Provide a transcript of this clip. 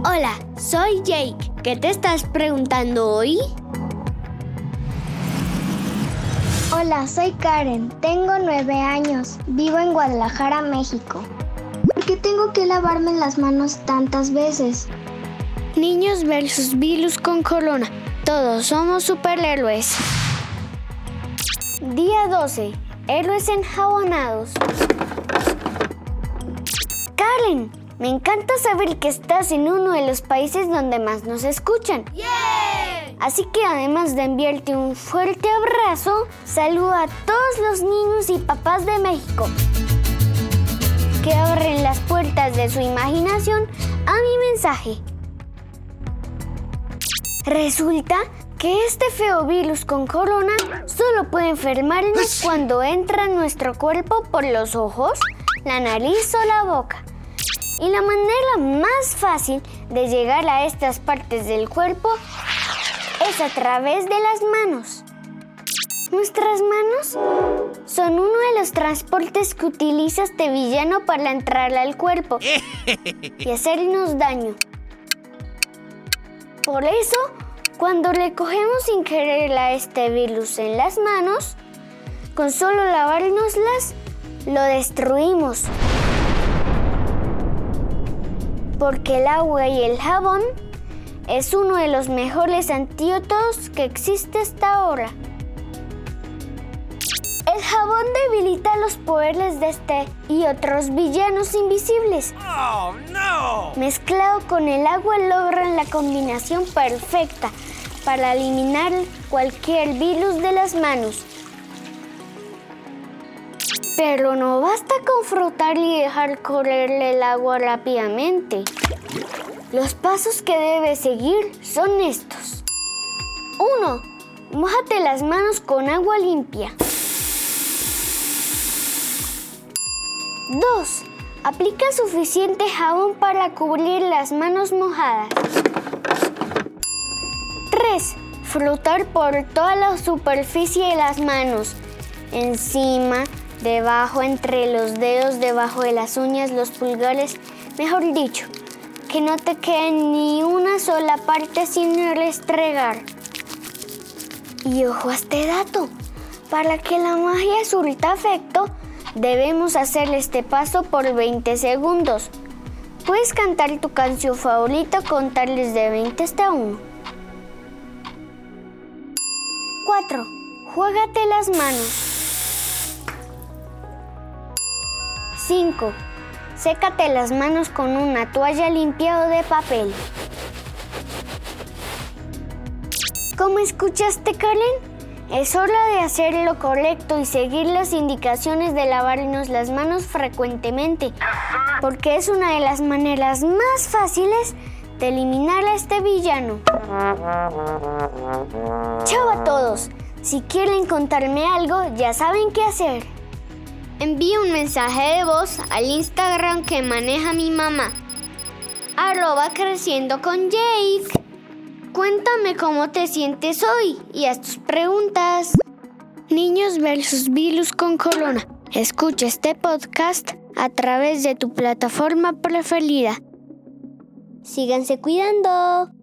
Hola, soy Jake. ¿Qué te estás preguntando hoy? Hola, soy Karen. Tengo 9 años. Vivo en Guadalajara, México. ¿Por qué tengo que lavarme las manos tantas veces? Niños versus virus con corona. Todos somos superhéroes. Día 12. Héroes enjabonados. Karen, me encanta saber que estás en uno de los países donde más nos escuchan. ¡Yeah! Así que además de enviarte un fuerte abrazo, saluda a todos los niños y papás de México que abren las puertas de su imaginación a mi mensaje. Resulta que este feo virus con corona solo puede enfermarnos cuando entra en nuestro cuerpo por los ojos, la nariz o la boca. Y la manera más fácil de llegar a estas partes del cuerpo es a través de las manos. Nuestras manos son uno de los transportes que utiliza este villano para entrar al cuerpo y hacernos daño. Por eso, cuando le cogemos sin querer a este virus en las manos, con solo lavárnoslas, lo destruimos. Porque el agua y el jabón es uno de los mejores antídotos que existe hasta ahora. El jabón debilita los poderes de este y otros villanos invisibles. ¡Oh, no! Mezclado con el agua logran la combinación perfecta para eliminar cualquier virus de las manos. Pero no basta con frotar y dejar correr el agua rápidamente. Los pasos que debes seguir son estos. 1. Mójate las manos con agua limpia. 2. Aplica suficiente jabón para cubrir las manos mojadas. 3. Frotar por toda la superficie de las manos. Encima, debajo, entre los dedos, debajo de las uñas, los pulgares. Mejor dicho, que no te quede ni una sola parte sin restregar. Y ojo a este dato. Para que la magia surta efecto, debemos hacer este paso por 20 segundos. Puedes cantar tu canción favorita, contarles de 20 hasta 1. 4. Juégate las manos. 5. Sécate las manos con una toalla limpia o de papel. ¿Cómo escuchaste, Karen? Es hora de hacer lo correcto y seguir las indicaciones de lavarnos las manos frecuentemente, porque es una de las maneras más fáciles de eliminar a este villano. ¡Chao a todos! Si quieren contarme algo, ya saben qué hacer. Envía un mensaje de voz al Instagram que maneja mi mamá, @creciendoconyake. Cuéntame cómo te sientes hoy y haz tus preguntas. Niños versus virus con corona. Escucha este podcast a través de tu plataforma preferida. Síganse cuidando.